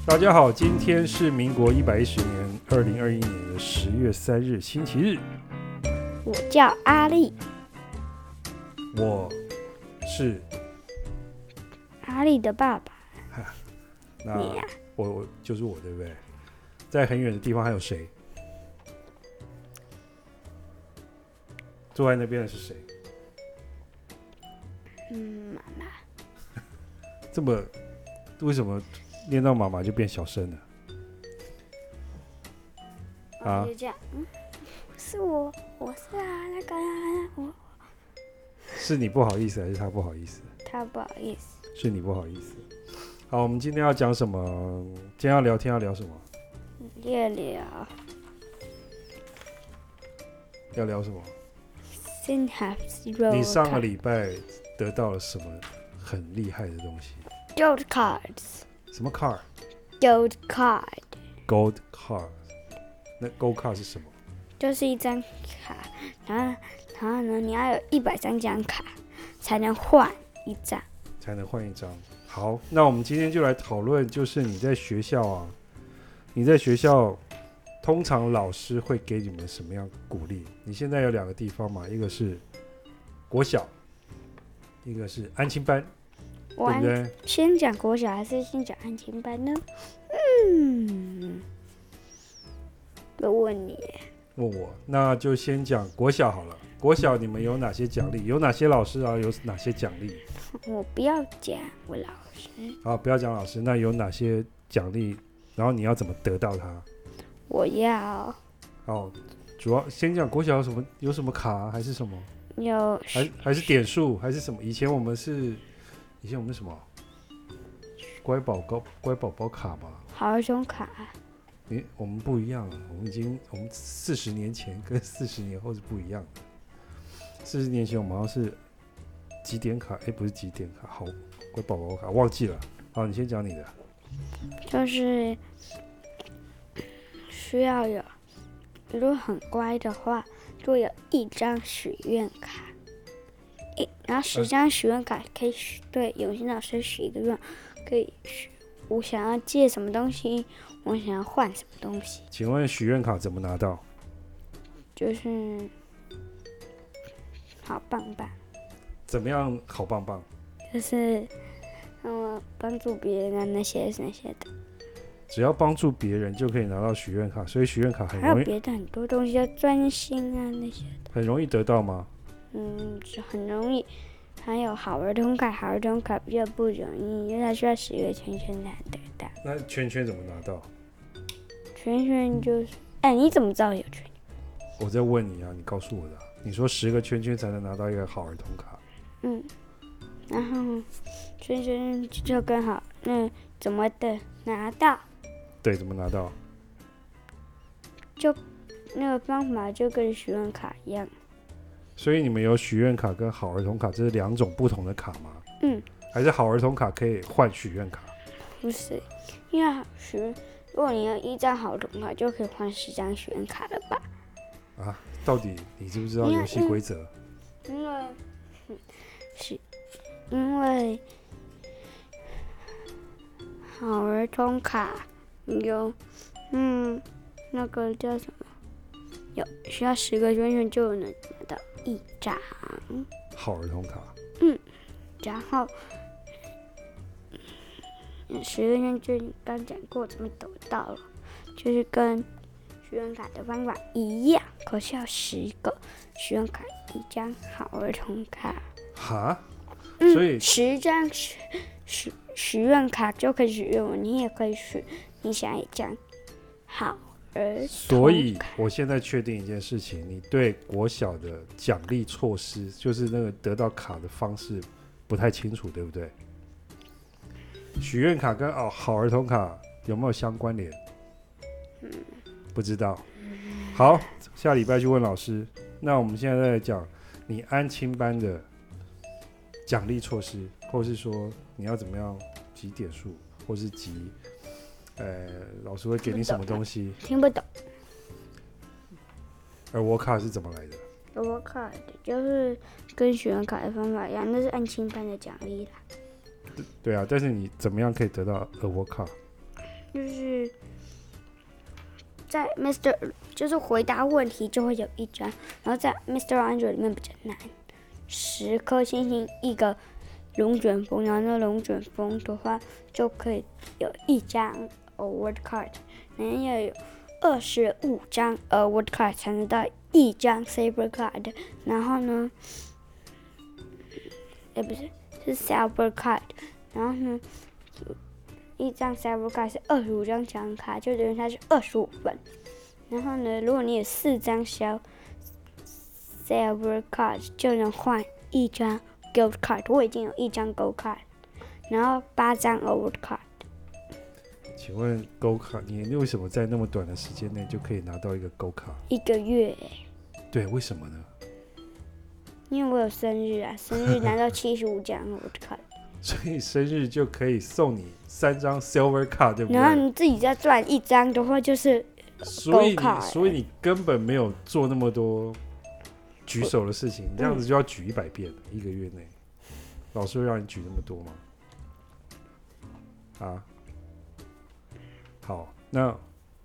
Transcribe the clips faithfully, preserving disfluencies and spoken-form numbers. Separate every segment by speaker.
Speaker 1: 大家好，今天是民国一百一十年二零二一年的十月三日，星期日。
Speaker 2: 我叫阿丽，
Speaker 1: 我是
Speaker 2: 阿丽的爸爸。
Speaker 1: 那
Speaker 2: 你啊，
Speaker 1: 我我就是我，对不对？在很远的地方还有谁？坐在那边的是谁？
Speaker 2: 嗯，妈妈。
Speaker 1: 这么为什么念到妈妈就变小声了？啊
Speaker 2: 我就这样，嗯，是我，我是啊，那个啊，我
Speaker 1: 是你不好意思还是他不好意思？
Speaker 2: 他不好意思。
Speaker 1: 是你不好意思。好，我们今天要讲什么？今天要聊天要聊什么？
Speaker 2: 聊聊
Speaker 1: 要聊什么？
Speaker 2: Synapse
Speaker 1: 你上个
Speaker 2: Roll
Speaker 1: 礼拜得到了什么很厉害的东西？
Speaker 2: Gold Cards
Speaker 1: 什么 card？
Speaker 2: Gold Card
Speaker 1: Gold card。那 Gold card 是什么？
Speaker 2: 就是一张卡，然后然后呢，你要有一百张张卡才能换一张。
Speaker 1: 才能换一张。好，那我们今天就来讨论，就是你在学校啊，你在学校通常老师会给你们什么样鼓励？你现在有两个地方嘛，一个是国小，一个是安亲班，
Speaker 2: 我
Speaker 1: 对不对？
Speaker 2: 先讲国小还是先讲安亲班呢？嗯，我问你，
Speaker 1: 问我，那就先讲国小好了。国小你们有哪些奖励？有哪些老师啊？有哪些奖励？
Speaker 2: 我不要讲我老师，
Speaker 1: 好，不要讲老师，那有哪些奖励？然后你要怎么得到它？
Speaker 2: 我要
Speaker 1: 哦，主要先讲国小有什么有什么卡、啊、还是什么？
Speaker 2: 有
Speaker 1: 还还是点数还是什么？以前我们是以前我们是什么？乖宝宝乖宝宝卡吧？
Speaker 2: 好儿童卡，
Speaker 1: 你我们不一样了，我们已经我们四十年前跟四十年后是不一样的。四十年前我们好像是几点卡？哎，不是几点卡，好乖宝宝卡忘记了。好，你先讲你的。
Speaker 2: 就是需要有，如果很乖的话，就有一张许愿卡，一然后十张许愿卡可以许对永新老师许一个愿，可以许我想要借什么东西，我想要换什么东西，
Speaker 1: 请问许愿卡怎么拿到？
Speaker 2: 就是好棒棒，
Speaker 1: 怎么样好棒棒？
Speaker 2: 就是嗯帮助别人啊那些那些的，
Speaker 1: 只要帮助别人就可以拿到许愿卡，所以许愿卡很容易
Speaker 2: 还有别的很多东西要专心啊那些。
Speaker 1: 很容易得到吗？
Speaker 2: 嗯，就很容易。还有好儿童卡，好儿童卡比较不容易，因为它需要十个圈圈才能得到。
Speaker 1: 那圈圈怎么拿到？
Speaker 2: 圈圈就是，哎，你怎么知道有圈？
Speaker 1: 我在问你啊，你告诉我的啊、你说十个圈圈才能拿到一个好儿童卡，
Speaker 2: 嗯，然后圈圈就更好，那怎么的拿到？
Speaker 1: 对，怎么拿到？
Speaker 2: 那个方法就跟许愿卡一样。
Speaker 1: 所以你们有许愿卡跟好儿童卡，这是两种不同的卡吗？
Speaker 2: 嗯，
Speaker 1: 还是好儿童卡可以换许愿卡？
Speaker 2: 不是，因为许，如果你有一张好儿童卡，就可以换十张许愿卡了吧？
Speaker 1: 啊，到底你知不知道游戏规则？
Speaker 2: 因为是，因为好儿童卡有，嗯，那个叫什么？有需要十个圈圈就能拿到一张，
Speaker 1: 好儿童卡，
Speaker 2: 然后嗯十个圈就刚讲过怎么得到了，就是跟许愿卡的方法一样，可是要十个许愿卡一张好儿童卡。
Speaker 1: 哈，
Speaker 2: 嗯，
Speaker 1: 所以
Speaker 2: 十张许许许愿卡就可以许愿了，你也可以许你想一张好儿童卡。
Speaker 1: 所以我现在确定一件事情，你对国小的奖励措施，就是那个得到卡的方式不太清楚，对不对？许愿卡跟哦好儿童卡有没有相关联？
Speaker 2: 嗯
Speaker 1: 不知道。好，下礼拜去问老师。那我们现在在讲你安亲班的奖励措施，或是说你要怎么样集点数，或是集，呃，老师会给你什么东西？
Speaker 2: 听不懂。
Speaker 1: 而我卡是怎么来的？
Speaker 2: 我卡的就是跟许愿卡的方法一样，那是安亲班的奖励啦。
Speaker 1: 对啊，但是你怎么样可以得到 award card？
Speaker 2: 就是在 Mister 就是回答问题就会有一张，然后在 Mister Android 里面比较难，十颗星星一个龙卷风，然后那龙卷风的话就可以有一张 award card， 然后要有二十五张 award card 才能到一张 saber card， 然后呢，也不是是 saber card， 然后呢，一张 saber card 是二十五张奖卡，就等于它是二十五分。然后呢，如果你有四张小 saber card， 就能换一张 gold card。我已经有一张 gold card， 然后八张 award card。
Speaker 1: 请问 Gold 卡，你为什么在那么短的时间内就可以拿到一个 Gold 卡？
Speaker 2: 一个月。
Speaker 1: 对，为什么呢？
Speaker 2: 因为我有生日啊，生日拿到七十五张 award card。
Speaker 1: 所以生日就可以送你三张 Silver 卡，对不对？
Speaker 2: 然后你自己再赚一张的话，就是
Speaker 1: 所以
Speaker 2: Gold 卡
Speaker 1: 你
Speaker 2: 欸
Speaker 1: 所以你根本没有做那么多举手的事情，这样子就要举一百遍，一个月内，老师会让你举那么多吗？啊？好，那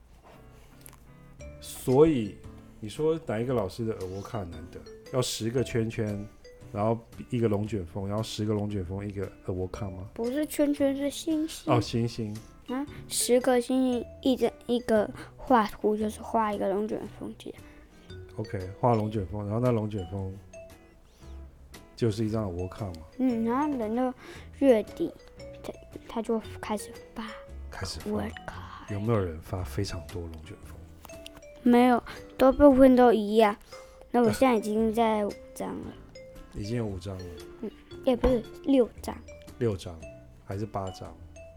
Speaker 1: 所以你说哪一个老师的award卡难得？要十个圈圈，然后一个龙卷风，然后十个龙卷风一个award卡吗？
Speaker 2: 不是圈圈，是星星。
Speaker 1: 哦，星星。
Speaker 2: 啊，十个星星一张一个画图，就是画一个龙卷风这样。
Speaker 1: OK， 画龙卷风，然后那龙卷风就是一张award卡嘛。
Speaker 2: 嗯，然后等到月底，它它就开始发
Speaker 1: 开始发。
Speaker 2: award卡。
Speaker 1: 有没有人发非常多龙卷风？
Speaker 2: 没有，多部分都一样。那我现在已经在五张了。
Speaker 1: 已经有五张了。
Speaker 2: 嗯，也不是六张。
Speaker 1: 六张还是八张？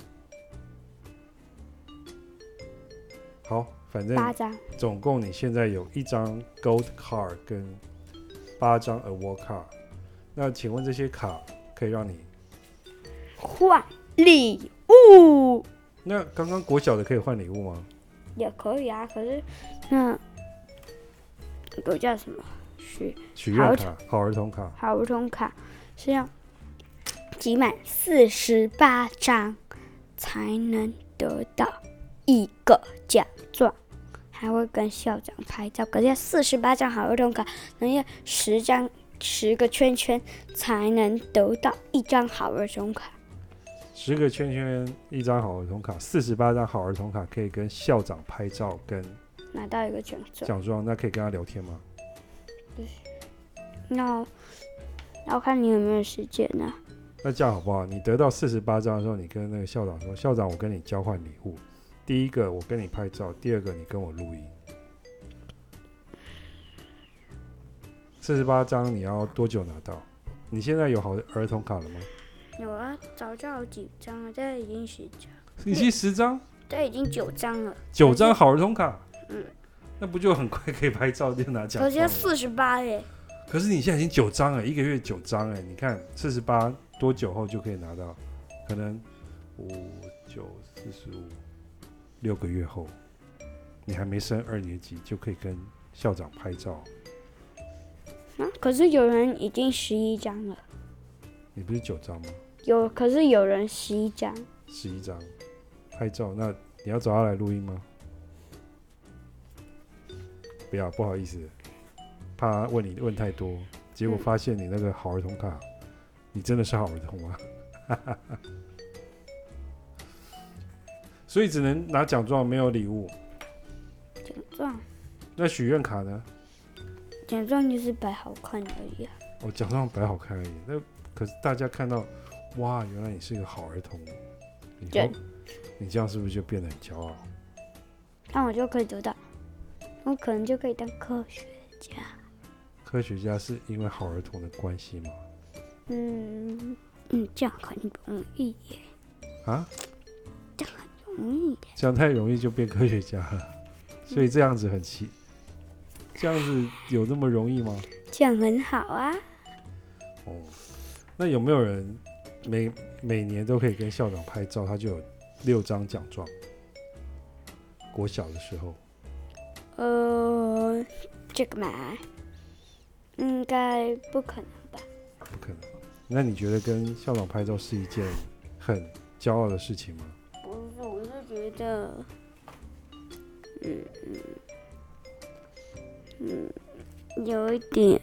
Speaker 1: 好，反正
Speaker 2: 八张。
Speaker 1: 总共你现在有一张 Gold Card 跟八张 Award Card。那请问这些卡可以让你
Speaker 2: 换礼物？
Speaker 1: 那刚刚国小的可以换礼物吗？
Speaker 2: 也可以啊，可是那有叫什么许
Speaker 1: 许愿卡、好儿童卡、
Speaker 2: 好儿童卡是要集满四十八张才能得到一个奖状，还会跟校长拍照。可是要四十八张好儿童卡，能要十张十个圈圈才能得到一张好儿童卡。
Speaker 1: 十个圈圈一张好儿童卡，四十八张好儿童卡可以跟校长拍照跟
Speaker 2: 拿到一个奖状。
Speaker 1: 奖状，那可以跟他聊天吗？
Speaker 2: 那要看你有没有时间呢、啊。
Speaker 1: 那这样好不好？你得到四十八张的时候，你跟那个校长说：“校长，我跟你交换礼物。第一个我跟你拍照，第二个你跟我录音。四十八张你要多久拿到？你现在有好的儿童卡了吗？
Speaker 2: 有啊，早就有几张了，这已经十张。
Speaker 1: 已经十张？
Speaker 2: 这已经九张了。
Speaker 1: 九张好儿童卡？
Speaker 2: 嗯。
Speaker 1: 那不就很快可以拍照就拿奖状了？
Speaker 2: 可是要四十八耶。
Speaker 1: 可是你现在已经九张了，一个月九张哎，你看四十八多久后就可以拿到？可能五九四十五六个月后，你还没升二年级就可以跟校长拍照。
Speaker 2: 啊，可是有人已经十一张了。
Speaker 1: 你不是九张吗？
Speaker 2: 有，可是有人十一张。
Speaker 1: 十一张拍照，那你要找他来录音吗？不要，不好意思，怕问你问太多，结果发现你那个好儿童卡，你真的是好儿童吗？所以只能拿奖状，没有礼物。
Speaker 2: 奖状？
Speaker 1: 那许愿卡呢？
Speaker 2: 奖状就是摆好看而已啊。
Speaker 1: 哦，奖状摆好看而已。那可是大家看到，哇，原来你是一个好儿童，你后你这样是不是就变得很骄傲？
Speaker 2: 那我就可以得到。我可能就可以当科学家。
Speaker 1: 科学家是因为好儿童的关系吗？
Speaker 2: 嗯嗯，这样很容易耶。
Speaker 1: 啊？
Speaker 2: 这样很容易耶。
Speaker 1: 这样太容易就变科学家了，所以这样子很奇，这样子有那么容易吗？
Speaker 2: 这样很好啊。
Speaker 1: 哦，那有没有人每每年都可以跟校长拍照，他就有六张奖状？国小的时候。
Speaker 2: 呃，这个嘛，应该不可能吧？
Speaker 1: 不可能。那你觉得跟校长拍照是一件很骄傲的事情吗？
Speaker 2: 不是，我是觉得，嗯嗯嗯，有一点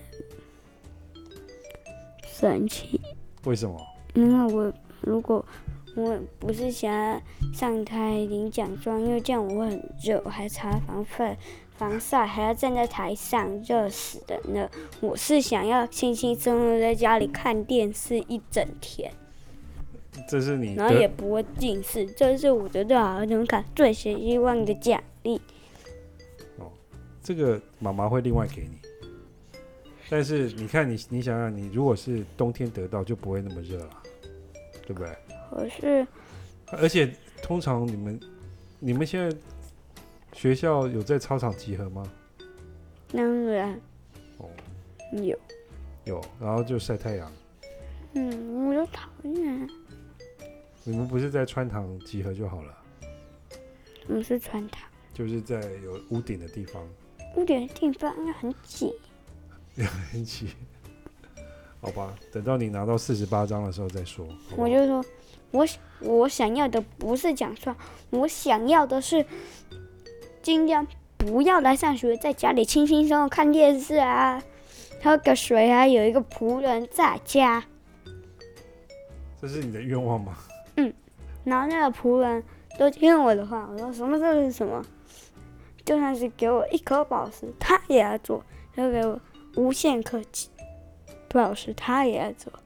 Speaker 2: 生气。
Speaker 1: 为什么？
Speaker 2: 因为我如果我不是想要上台领奖状，因为这样我会很热，我还擦防晒，防晒还要站在台上，热死人了。我是想要轻轻松松在家里看电视一整天，
Speaker 1: 这是你
Speaker 2: 然后也不会近视，这是我得到儿童卡最希望的奖励。
Speaker 1: 哦，这个妈妈会另外给你。但是你看你，你想想，你如果是冬天得到，就不会那么热了，对不对？
Speaker 2: 可是，
Speaker 1: 而且通常你们，你们现在学校有在操场集合吗？
Speaker 2: 当然
Speaker 1: 哦，
Speaker 2: 有。
Speaker 1: 有，然后就晒太阳。
Speaker 2: 嗯，我就讨厌。
Speaker 1: 你们不是在穿堂集合就好了？
Speaker 2: 我们是穿堂，
Speaker 1: 就是在有屋顶的地方。
Speaker 2: 屋顶的地方要很挤。
Speaker 1: 很挤，好吧，等到你拿到四十八张的时候再说。好不好？
Speaker 2: 我就说，我我想要的不是奖状，我想要的是尽量不要来上学，在家里轻轻松松看电视啊，喝个水啊，有一个仆人在家。
Speaker 1: 这是你的愿望吗？
Speaker 2: 嗯，然后那个仆人都听我的话，我说什么就是什么，就算是给我一颗宝石，他也要做，就给我无限颗宝石，他也要做。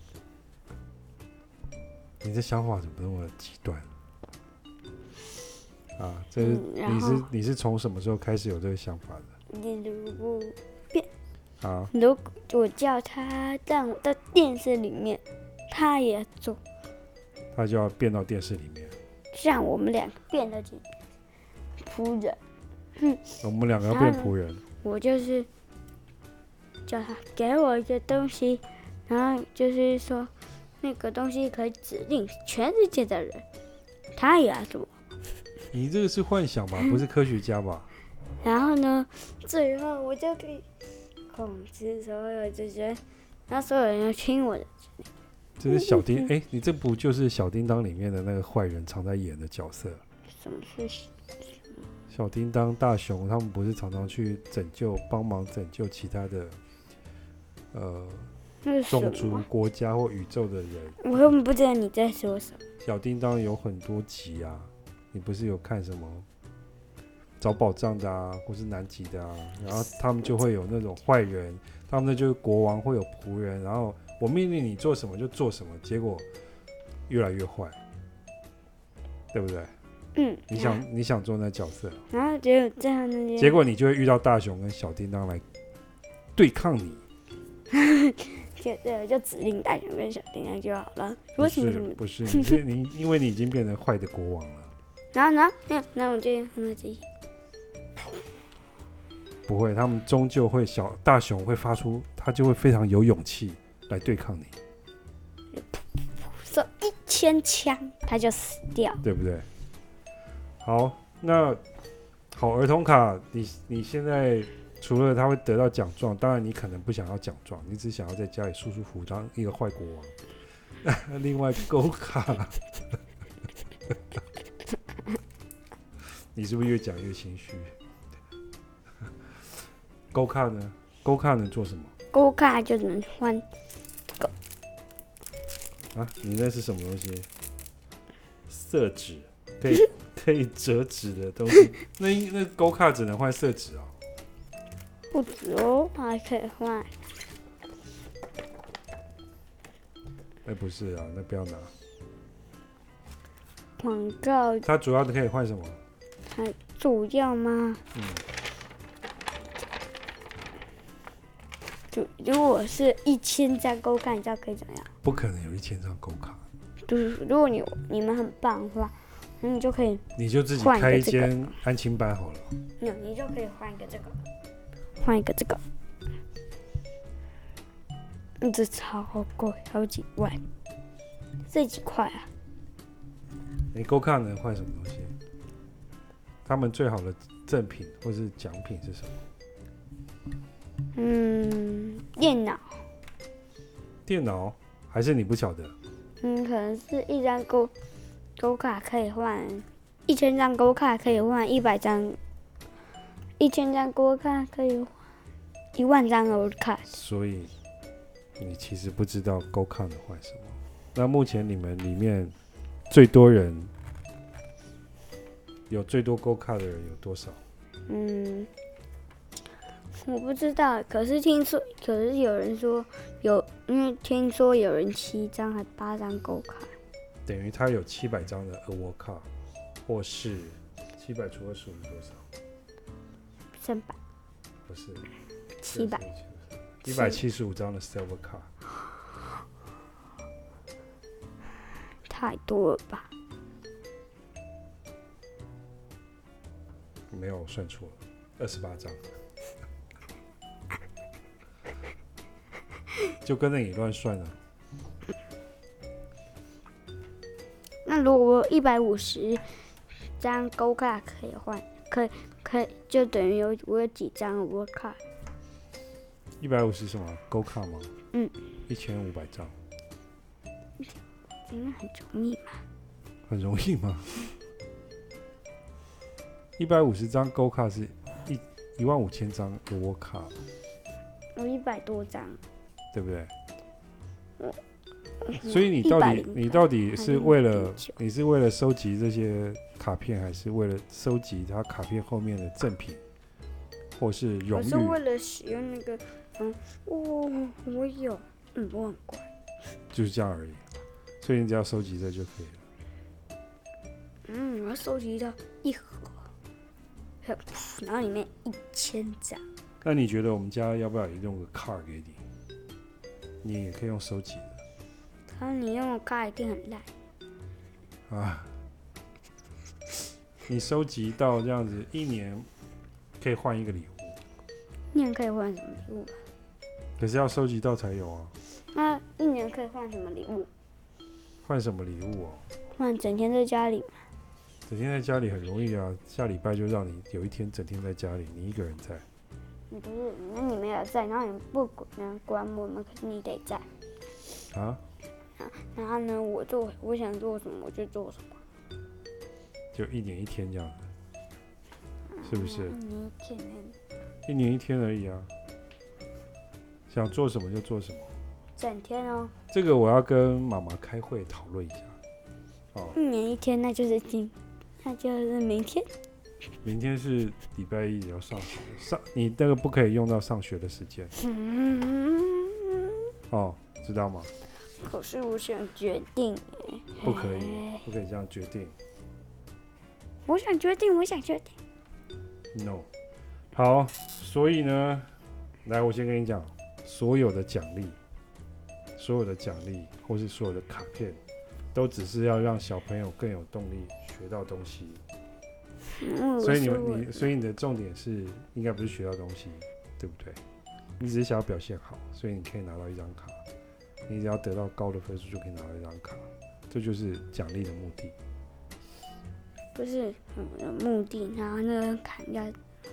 Speaker 1: 你的想法怎么那么极端？啊，这是、
Speaker 2: 嗯、
Speaker 1: 你是你是从什么时候开始有这个想法的？
Speaker 2: 例如不变，
Speaker 1: 啊，
Speaker 2: 如果我叫他让我到电视里面，他也做，
Speaker 1: 他就要变到电视里面，
Speaker 2: 像我们两个变得进仆人。嗯，
Speaker 1: 我们两个要变仆人。
Speaker 2: 我就是叫他给我一个东西，然后就是说那个东西可以指令全世界的人，他也要做。
Speaker 1: 你这个是幻想吧，不是科学家吧？
Speaker 2: 然后呢，最后我就可以控制所有这些，然后所有人要听我的。
Speaker 1: 这是小叮，哎、欸，你这不就是小叮当里面的那个坏人常在演的角色？
Speaker 2: 什么是？
Speaker 1: 小叮当、大雄他们不是常常去拯救、帮忙拯救其他的呃种族、国家或宇宙的人？
Speaker 2: 我根本不知道你在说什么。
Speaker 1: 小叮当有很多集啊，你不是有看什么找宝藏的啊，或是南极的啊？然后他们就会有那种坏人，他们那就是国王会有仆人，然后我命令你做什么就做什么，结果越来越坏，对不对？
Speaker 2: 嗯，
Speaker 1: 你想、啊、你想做那角色，
Speaker 2: 然后结果这样那
Speaker 1: 结果你就会遇到大雄跟小叮当来对抗你。
Speaker 2: 就对，就指令大雄跟小叮当就好了。
Speaker 1: 不是不是，你是你，因为你已经变成坏的国王了。
Speaker 2: 然后呢？那那我就用他们这些。
Speaker 1: 不会，他们终究会小大雄会发出，他就会非常有勇气来对抗你。
Speaker 2: 说一千枪，他就死掉，
Speaker 1: 对不对？好，那好儿童卡，你你现在除了他会得到奖状，当然你可能不想要奖状，你只想要在家里舒舒服服当一个坏国王。另外勾卡，你是不是越讲越心虚？勾卡呢？勾卡能做什么？
Speaker 2: 勾卡就能换这个
Speaker 1: 啊？你那是什么东西？色纸，可以可以折纸的东西。那那勾卡只能换色纸哦。
Speaker 2: 不止哦，还可以换。
Speaker 1: 哎、欸，不是啊，那不要拿。
Speaker 2: 广告。
Speaker 1: 它主要的可以换什么？
Speaker 2: 还主要吗？
Speaker 1: 嗯。
Speaker 2: 就如果是一千张勾卡，你知道可以怎么样？
Speaker 1: 不可能有一千张勾卡。
Speaker 2: 就是如果你你们很棒的话，那你就可以。
Speaker 1: 你就自己开一间安亲班好了。
Speaker 2: 没有，你就可以换一个这个，换一个这个。嗯，这超贵，好几万，这几块啊？
Speaker 1: 你勾卡能换什么东西？他们最好的赠品或是奖品是什么？
Speaker 2: 嗯，电脑。
Speaker 1: 电脑？还是你不晓得？
Speaker 2: 嗯，可能是一张勾勾卡可以换一千张 Go 卡可以换一百张，一千张 Go 卡可以换一万张 Go 卡。
Speaker 1: 所以你其实不知道 Go 卡能换什么。那目前你们里面最多人有最多 Go 卡的人有多少？
Speaker 2: 嗯，我不知道，可是听说，可是有人说有，因为听说有人七张还八张 Go 卡。
Speaker 1: 等于他有七百张的 Award 卡，或是七百除二十五是多少？
Speaker 2: 三百。
Speaker 1: 不是，
Speaker 2: 七百。
Speaker 1: 一百七十五张的 Silver 卡。
Speaker 2: 太多了吧？
Speaker 1: 没有算错了，二十八张。就跟着你乱算了。
Speaker 2: 那如果我一百五十张 Go 卡可以换，可以可以，就等于有我有几张 Award 卡？
Speaker 1: 一百五十什么 Go 卡吗？
Speaker 2: 嗯。
Speaker 1: 一千五百张。
Speaker 2: 应该很容易嘛？
Speaker 1: 很容易吗？一百五十张 Go 卡是一一万五千张 Award 卡。
Speaker 2: 我一百多张。
Speaker 1: 对不对？
Speaker 2: 嗯、
Speaker 1: 所以你到底你到底是为了你是为了收集这些卡片，还是为了收集它卡片后面的赠品，或是荣誉？
Speaker 2: 我是为了使用那个，嗯，哦，我有，嗯，我很乖。
Speaker 1: 就是这样而已。所以你只要收集这就可以了。
Speaker 2: 嗯，我要收集到一盒，然后里面一千张。
Speaker 1: 那你觉得我们家要不要用个 card 给你？你也可以用收集的。
Speaker 2: 可是你用的卡一定很烂。
Speaker 1: 啊！你收集到这样子，一年可以换一个礼物。
Speaker 2: 一年可以换什么礼物？
Speaker 1: 可是要收集到才有啊。
Speaker 2: 那一年可以换什么礼物？
Speaker 1: 换什么礼物哦？
Speaker 2: 换整天在家里嘛。
Speaker 1: 整天在家里很容易啊，下礼拜就让你有一天整天在家里，你一个人在。
Speaker 2: 不是，那你没有在，然后你不能管我们，可是你得在。
Speaker 1: 啊？
Speaker 2: 然后呢，我做我想做什么我就做什么。
Speaker 1: 就一年一天这样子，是不是？
Speaker 2: 一年一天，
Speaker 1: 一年一天而已啊，想做什么就做什么。
Speaker 2: 整天哦。
Speaker 1: 这个我要跟妈妈开会讨论一下。
Speaker 2: 哦。一年一天，那就是今，那就是明天。
Speaker 1: 明天是礼拜一要上学，上你那个不可以用到上学的时间。哦，知道吗？
Speaker 2: 可是我想决定。
Speaker 1: 不可以，不可以这样决定。
Speaker 2: 我想决定，我想决定。
Speaker 1: No。好，所以呢，来，我先跟你讲，所有的奖励，所有的奖励或是所有的卡片，都只是要让小朋友更有动力学到东西。
Speaker 2: 嗯、
Speaker 1: 所以你你所以你的重点是应该不是学到东西，对不对？你只是想要表现好，所以你可以拿到一张卡。你只要得到高的分数就可以拿到一张卡，这就是奖励的目的。
Speaker 2: 不是我的目的，然后那个卡要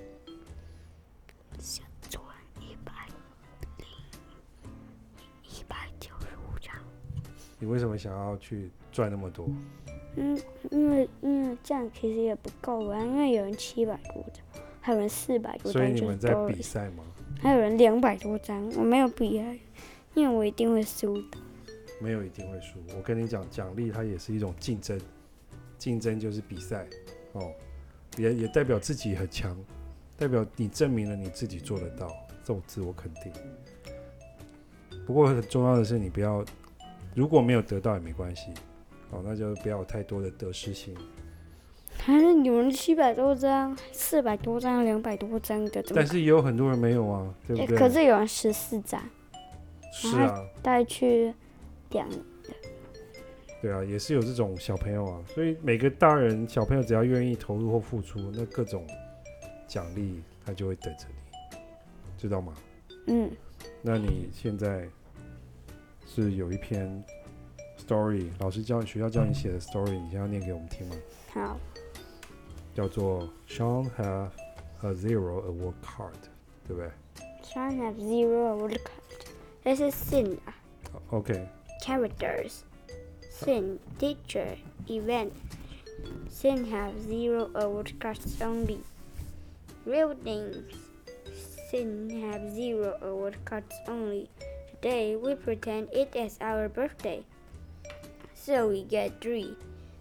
Speaker 2: 想赚一百零一百九十五张。
Speaker 1: 你为什么想要去赚那么多？
Speaker 2: 嗯，因为因为这样其实也不够啊，因为有人七百多张，还有人四百多张，
Speaker 1: 所以你们在比赛吗？
Speaker 2: 还有人两百多张，我没有比啊，因为我一定会输的。
Speaker 1: 没有一定会输，我跟你讲，奖励它也是一种竞争，竞争就是比赛哦，也也代表自己很强，代表你证明了你自己做得到，这种自我肯定。不过很重要的是，你不要如果没有得到也没关系。哦，那就不要有太多的得失心。
Speaker 2: 还是有人七百多张、四百多张、两百多张的，
Speaker 1: 但是也有很多人没有啊，对不对？
Speaker 2: 可是有人十四张。
Speaker 1: 是啊。
Speaker 2: 带去两的。
Speaker 1: 对啊，也是有这种小朋友啊，所以每个大人小朋友只要愿意投入或付出，那各种奖励他就会等着你，知道吗？
Speaker 2: 嗯。
Speaker 1: 那你现在是有一篇 story， 老师教学校教你写的 story， 你现在要念给我们听吗？
Speaker 2: 好。
Speaker 1: 叫做 Sean have a zero award card， 对不对
Speaker 2: ？Sean have zero award card。这是 scene 啊。
Speaker 1: OK。
Speaker 2: Characters，scene，teacher，event， Sin have zero award cards only. Real names. Sin have zero award cards only. Today we pretend it is our birthday. So we get three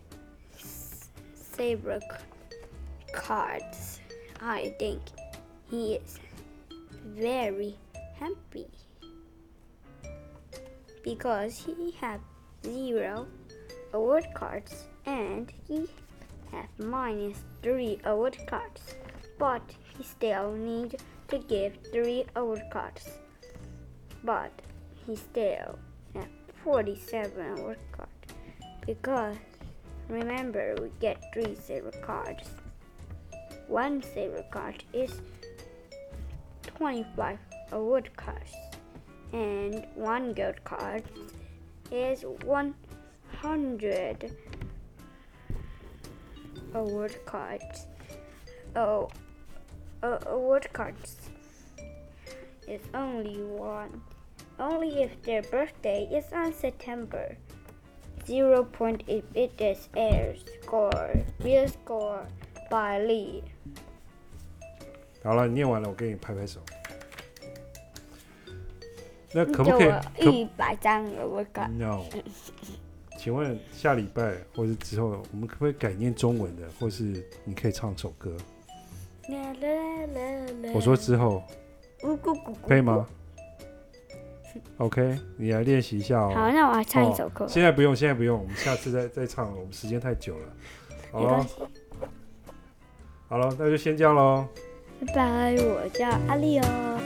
Speaker 2: saber cards. I think he is very happy because he have zero award cards and he have minus three award cards, but he still need to give three award cards, but he still have forty-seven award cards because remember we get three saber cards. One saber card is twenty-five award cards and one gold card is one hundred award cards. Oh, uh, award cards is only one. Only if their birthday is on September. Zero point if it is air score, real score by lead.
Speaker 1: 好了，你念完了，我给你拍拍手。那可不可以？
Speaker 2: 一百张 award card。
Speaker 1: No。请问下礼拜或是之后，我们可不可以改念中文的，或是你可以唱首歌？我说之后，可以吗 ？OK， 你来练习一下哦。
Speaker 2: 好，那我来唱一首歌。
Speaker 1: 哦、现在不用，现在不用，我们下次再再唱了，我们时间太久了。好了，好了，那就先这样喽。
Speaker 2: 拜拜，我叫阿丽哦。